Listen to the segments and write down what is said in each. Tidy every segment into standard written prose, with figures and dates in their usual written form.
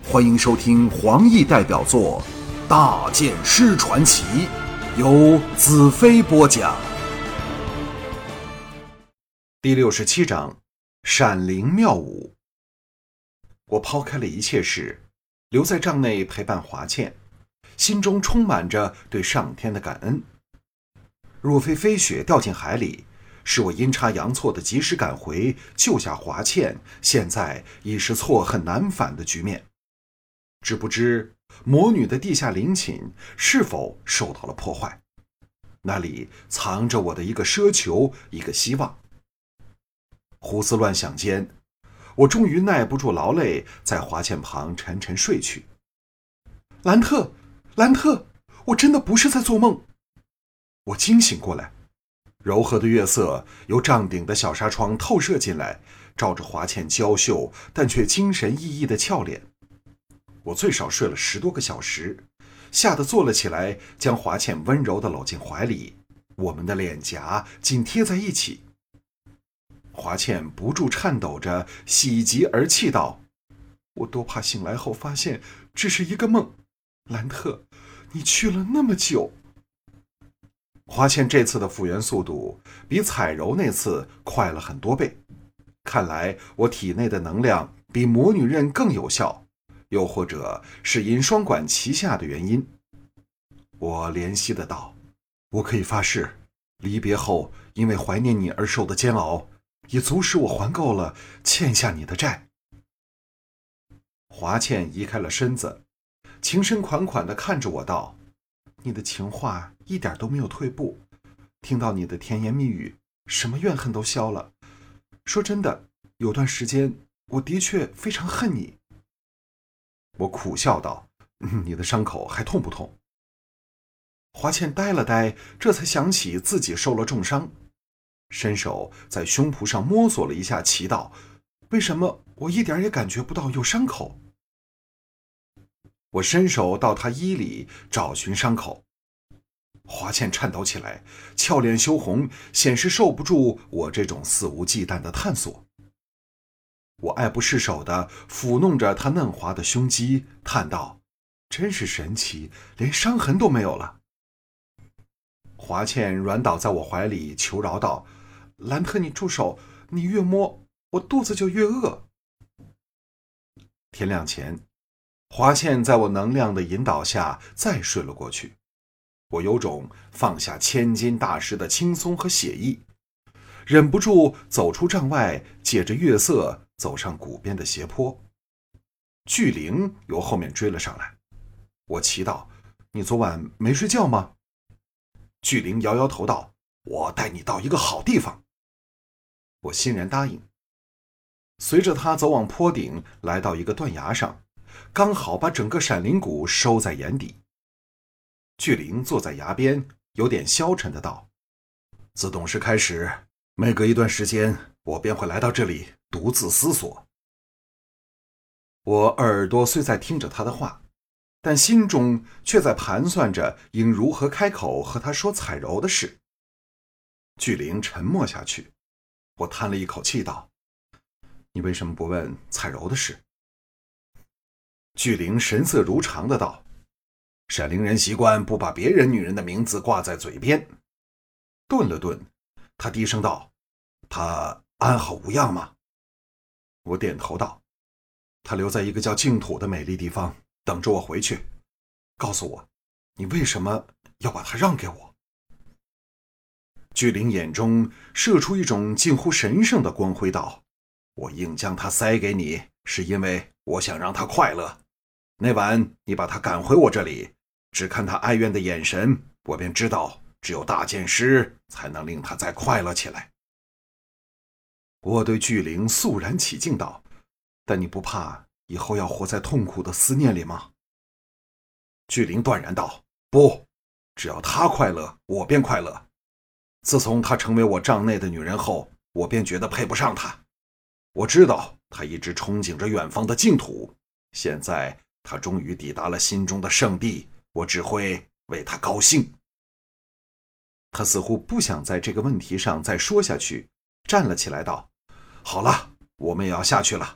欢迎收听黄奕代表作《大剑师传奇》，由子飞播讲。第67章，闪灵妙舞。我抛开了一切事，留在帐内陪伴华倩，心中充满着对上天的感恩。若非飞雪掉进海里，是我阴差阳错的及时赶回救下华倩，现在已是错恨难返的局面。只不知魔女的地下陵寝是否受到了破坏，那里藏着我的一个奢求，一个希望。胡思乱想间，我终于耐不住劳累，在华倩旁沉沉睡去。兰特，兰特，我真的不是在做梦。我惊醒过来，柔和的月色由帐顶的小纱窗透射进来，照着华倩娇秀但却精神奕奕的俏脸。我最少睡了10多个小时，吓得坐了起来，将华倩温柔地搂进怀里，我们的脸颊紧贴在一起。华倩不住颤抖着，喜极而泣道：“我多怕醒来后发现这是一个梦，兰特，你去了那么久。”华倩这次的复原速度比彩柔那次快了很多倍，看来我体内的能量比魔女刃更有效，又或者是因双管齐下的原因。我怜惜的道：“我可以发誓，离别后因为怀念你而受的煎熬，也足使我还够了欠下你的债。”华倩移开了身子，情深款款地看着我道：“你的情话一点都没有退步，听到你的甜言蜜语，什么怨恨都消了。说真的，有段时间我的确非常恨你。”我苦笑道：“你的伤口还痛不痛？”华倩呆了呆，这才想起自己受了重伤，伸手在胸脯上摸索了一下，奇道：“为什么我一点也感觉不到有伤口？”我伸手到她衣里找寻伤口，华倩颤抖起来，俏脸羞红，显示受不住我这种肆无忌惮的探索。我爱不释手地抚弄着她嫩滑的胸肌，叹道：“真是神奇，连伤痕都没有了。”华倩软倒在我怀里，求饶道：“兰特，你住手，你越摸我肚子就越饿。”天亮前，华倩在我能量的引导下再睡了过去。我有种放下千斤大石的轻松和写意，忍不住走出帐外，借着月色走上谷边的斜坡。巨灵由后面追了上来，我祈道：“你昨晚没睡觉吗？”巨灵摇摇头道：“我带你到一个好地方。”我欣然答应，随着他走往坡顶，来到一个断崖上，刚好把整个闪灵谷收在眼底。巨灵坐在崖边，有点消沉的道：“自懂事开始，每隔一段时间，我便会来到这里独自思索。”我耳朵虽在听着他的话，但心中却在盘算着应如何开口和他说彩柔的事。巨灵沉默下去，我叹了一口气道：“你为什么不问彩柔的事？”巨灵神色如常的道：“闪灵人习惯不把别人女人的名字挂在嘴边。”顿了顿，他低声道：“她安好无恙吗？”我点头道：“她留在一个叫净土的美丽地方，等着我回去。告诉我，你为什么要把她让给我？”巨灵眼中射出一种近乎神圣的光辉道：“我硬将她塞给你，是因为我想让她快乐。那晚你把她赶回我这里，只看她哀怨的眼神，我便知道只有大剑师才能令她再快乐起来。”我对巨灵肃然起敬道：“但你不怕以后要活在痛苦的思念里吗？”巨灵断然道：“不，只要她快乐，我便快乐。自从她成为我帐内的女人后，我便觉得配不上她。我知道她一直憧憬着远方的净土，现在她终于抵达了心中的圣地，我只会为她高兴。”他似乎不想在这个问题上再说下去，站了起来道：“好了，我们也要下去了，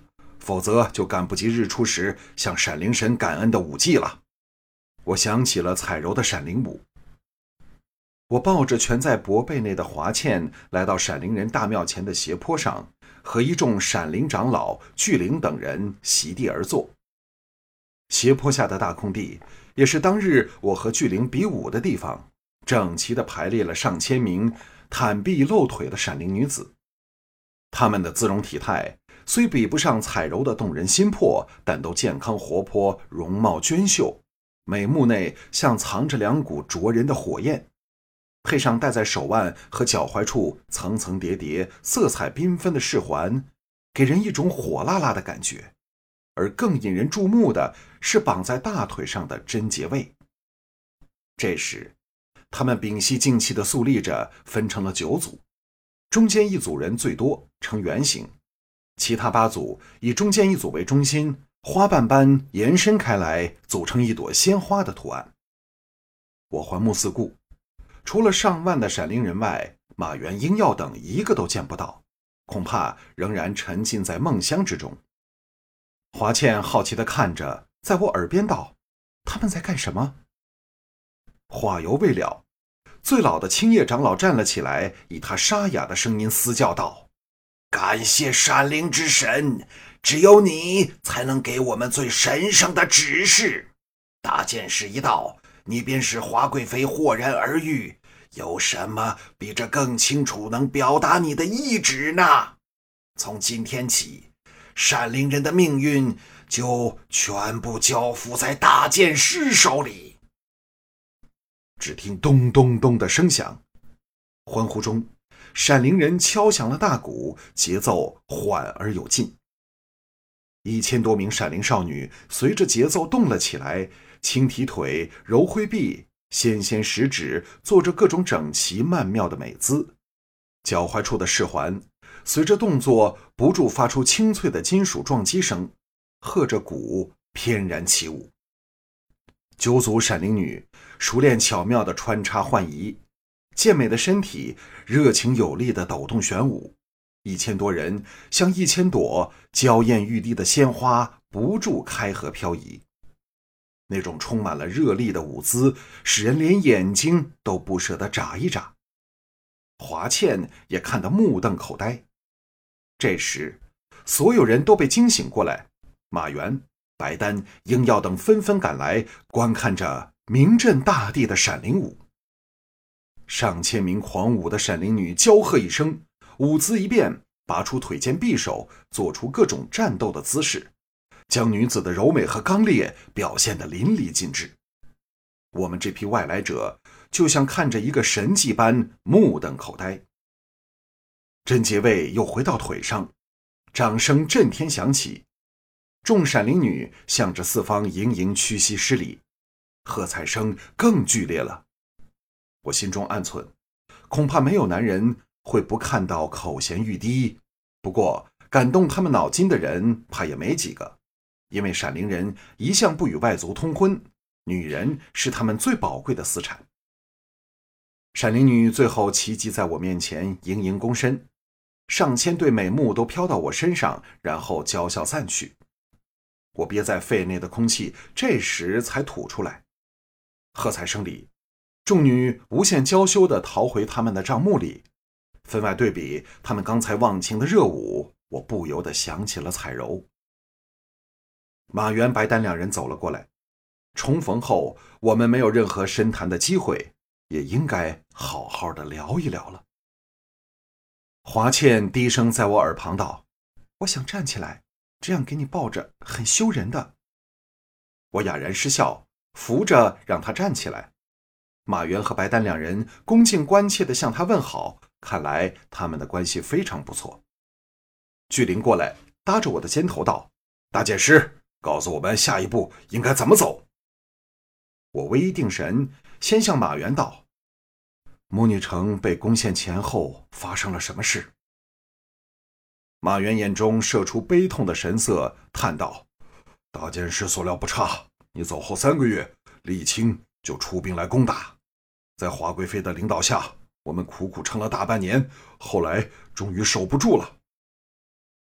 否则就赶不及日出时向闪灵神感恩的舞技了。我想起了彩柔的闪灵舞。我抱着蜷在薄被内的华倩，来到闪灵人大庙前的斜坡上，和一众闪灵长老、巨灵等人席地而坐。斜坡下的大空地，也是当日我和巨灵比武的地方，整齐地排列了上千名袒臂露腿的闪灵女子。她们的姿容体态虽比不上彩柔的动人心魄，但都健康活泼，容貌娟秀，美目内像藏着两股灼人的火焰，配上戴在手腕和脚踝处层层叠叠、色彩缤纷的饰环，给人一种火辣辣的感觉。而更引人注目的是绑在大腿上的贞节位。这时，他们屏息静气地肃立着，分成了9组，中间一组人最多，呈圆形，其他8组以中间一组为中心，花瓣般延伸开来，组成一朵鲜花的图案。我环目四顾，除了上万的闪灵人外，马原、英耀等一个都见不到，恐怕仍然沉浸在梦乡之中。华倩好奇地看着，在我耳边道：“他们在干什么？”话犹未了，最老的青叶长老站了起来，以他沙哑的声音嘶叫道：“感谢闪灵之神，只有你才能给我们最神圣的指示。大剑士一到，你便是华贵妃豁然而愈，有什么比这更清楚能表达你的意志呢？从今天起，闪灵人的命运就全部交付在大剑士手里。”只听咚咚咚的声响，欢呼中，闪灵人敲响了大鼓，节奏缓而有劲。1000多名闪灵少女随着节奏动了起来，轻提腿，揉挥臂，纤纤十指做着各种整齐曼妙的美姿，脚踝处的饰环随着动作不住发出清脆的金属撞击声，和着鼓翩然起舞。9组闪灵女熟练巧妙地穿插换移，健美的身体热情有力地抖动旋舞，1000多人像1000朵娇艳欲滴的鲜花不住开合飘移。那种充满了热力的舞姿，使人连眼睛都不舍得眨一眨。华倩也看得目瞪口呆。这时，所有人都被惊醒过来，马原、白丹、英耀等纷纷赶来，观看着名震大地的闪灵舞。上千名狂舞的闪灵女娇喝一声，舞姿一变，拔出腿间匕首，做出各种战斗的姿势，将女子的柔美和刚烈表现得淋漓尽致。我们这批外来者就像看着一个神迹般目瞪口呆。贞节位又回到腿上，掌声震天响起，众闪灵女向着四方盈盈屈膝施礼，喝彩声更剧烈了。我心中暗忖，恐怕没有男人会不看到口涎欲滴，不过感动他们脑筋的人怕也没几个，因为闪灵人一向不与外族通婚，女人是他们最宝贵的私产。闪灵女最后齐集在我面前，盈盈躬身，上千对美目都飘到我身上，然后娇笑散去。我憋在肺内的空气这时才吐出来。喝彩声里，众女无限娇羞地逃回他们的帐幕里，分外对比他们刚才忘情的热舞，我不由得想起了彩柔。马原、白丹两人走了过来，重逢后我们没有任何深谈的机会，也应该好好的聊一聊了。华倩低声在我耳旁道：“我想站起来，这样给你抱着很羞人的。”我哑然失笑，扶着让她站起来。马原和白丹两人恭敬关切地向他问好，看来他们的关系非常不错。巨灵过来搭着我的肩头道：“大剑师，告诉我们下一步应该怎么走。”我微一定神，先向马原道：“母女城被攻陷前后发生了什么事？”马原眼中射出悲痛的神色，叹道：“大剑师所料不差，你走后3个月，沥青就出兵来攻打。在华贵妃的领导下，我们苦苦撑了大半年，后来终于守不住了。”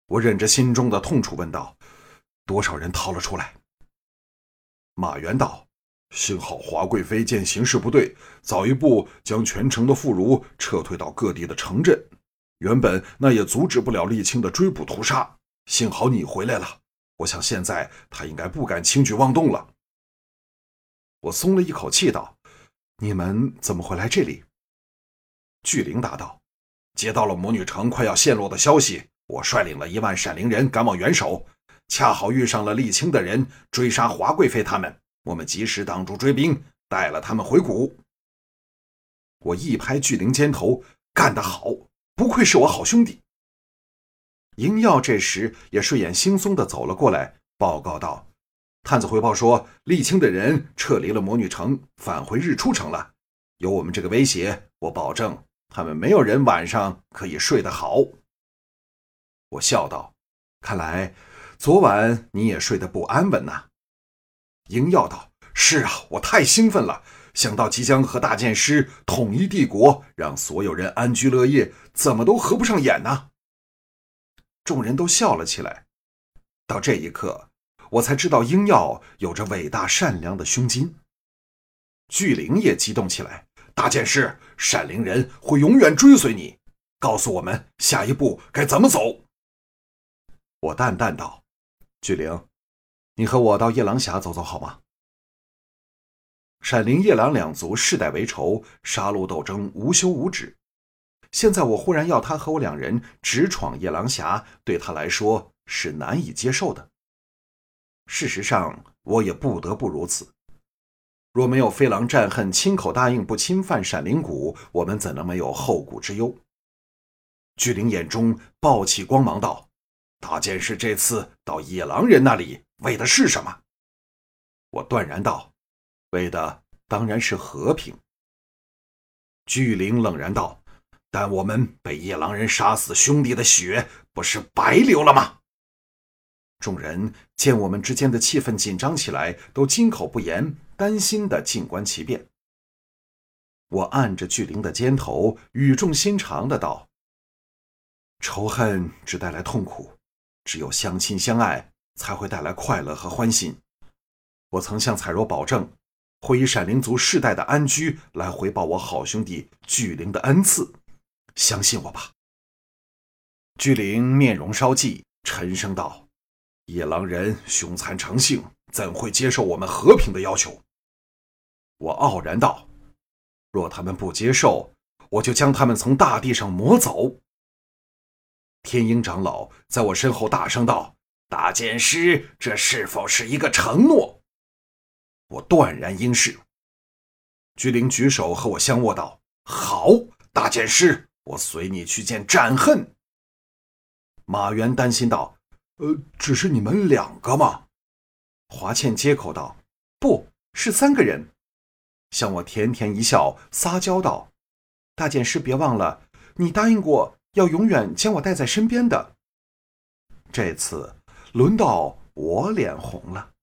我忍着心中的痛楚问道：多少人逃了出来？马援道：幸好华贵妃见形势不对，早一步将全城的妇孺撤退到各地的城镇，原本那也阻止不了沥青的追捕屠杀，幸好你回来了，我想现在他应该不敢轻举妄动了。我松了一口气道：你们怎么会来这里？巨灵答道：接到了魔女城快要陷落的消息，我率领了1万闪灵人赶往援守，恰好遇上了沥青的人追杀华贵妃他们，我们及时挡住追兵，带了他们回谷。我一拍巨灵肩头：干得好，不愧是我好兄弟。银耀这时也睡眼惺忪地走了过来，报告道：探子回报说，沥青的人撤离了魔女城，返回日出城了。有我们这个威胁，我保证他们没有人晚上可以睡得好。我笑道：看来昨晚你也睡得不安稳呐。银耀道：是啊，我太兴奋了，想到即将和大剑师统一帝国，让所有人安居乐业，怎么都合不上眼呢。众人都笑了起来。到这一刻，我才知道鹰耀有着伟大善良的胸襟。巨灵也激动起来：大剑师，闪灵人会永远追随你，告诉我们下一步该怎么走。我淡淡道：巨灵，你和我到夜郎峡走走好吗？闪灵夜郎两族世代为仇，杀戮斗争无休无止。现在我忽然要他和我2人直闯夜郎峡，对他来说是难以接受的。事实上，我也不得不如此。若没有飞狼战恨亲口答应不侵犯闪灵谷，我们怎能没有后顾之忧？巨灵眼中爆起光芒道：大剑师这次到野狼人那里为的是什么？我断然道：为的当然是和平。巨灵冷然道：但我们被野狼人杀死兄弟的血不是白流了吗？众人见我们之间的气氛紧张起来，都金口不言，担心的静观其变。我按着巨灵的肩头，语重心长的道：仇恨只带来痛苦，只有相亲相爱才会带来快乐和欢心。我曾向彩柔保证，会以闪灵族世代的安居来回报我好兄弟巨灵的恩赐，相信我吧。巨灵面容稍霁，沉声道：野狼人凶残成性，怎会接受我们和平的要求？我傲然道：若他们不接受，我就将他们从大地上抹走。天鹰长老在我身后大声道：大剑师，这是否是一个承诺？我断然应是。巨灵举手和我相握道：好，大剑师，我随你去见战恨。马原担心道：只是你们2个吗？华倩接口道：不是3个人。向我甜甜一笑，撒娇道：大剑师别忘了，你答应过要永远将我带在身边的。这次轮到我脸红了。